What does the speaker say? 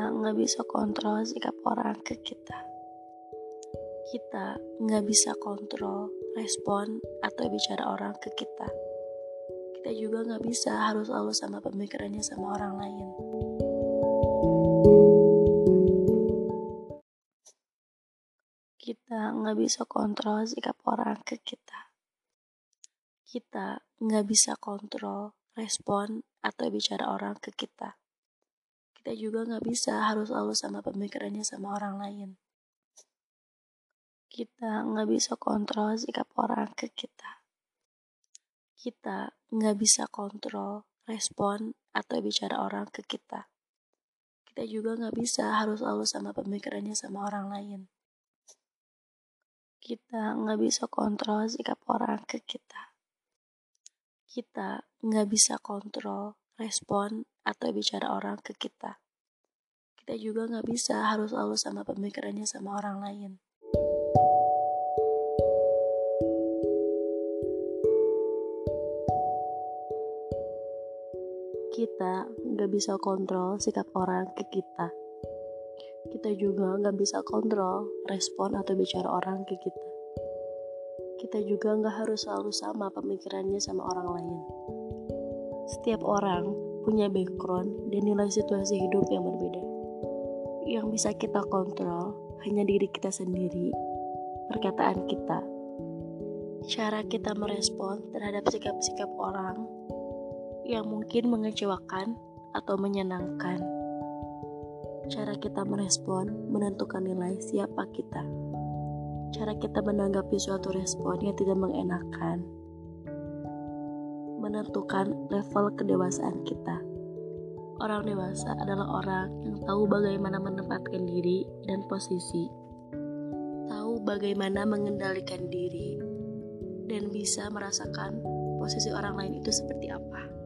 Kita nggak bisa kontrol sikap orang ke kita. Kita nggak bisa kontrol respon atau bicara orang ke kita. Kita juga nggak bisa harus selalu sama pemikirannya sama orang lain. Kita nggak bisa kontrol sikap orang ke kita. Kita nggak bisa kontrol respon atau bicara orang ke kita. Kita juga nggak bisa harus selalu sama pemikirannya sama orang lain. Kita nggak bisa kontrol sikap orang ke kita. Kita nggak bisa kontrol respon atau bicara orang ke kita. Kita juga nggak bisa harus selalu sama pemikirannya sama orang lain. Kita nggak bisa kontrol sikap orang ke kita. Kita nggak bisa kontrol respon atau bicara orang ke kita. Kita juga nggak bisa harus selalu sama pemikirannya sama orang lain. Kita nggak bisa kontrol sikap orang ke kita. Kita juga nggak bisa kontrol respon atau bicara orang ke kita. Kita juga nggak harus selalu sama pemikirannya sama orang lain. Setiap orang punya background dan nilai situasi hidup yang berbeda. Yang bisa kita kontrol hanya diri kita sendiri, perkataan kita, cara kita merespon terhadap sikap-sikap orang yang mungkin mengecewakan atau menyenangkan. Cara kita merespon menentukan nilai siapa kita. Cara kita menanggapi suatu respon yang tidak mengenakan menentukan level kedewasaan kita. Orang dewasa adalah orang yang tahu bagaimana menempatkan diri dan posisi, tahu bagaimana mengendalikan diri, dan bisa merasakan posisi orang lain itu seperti apa.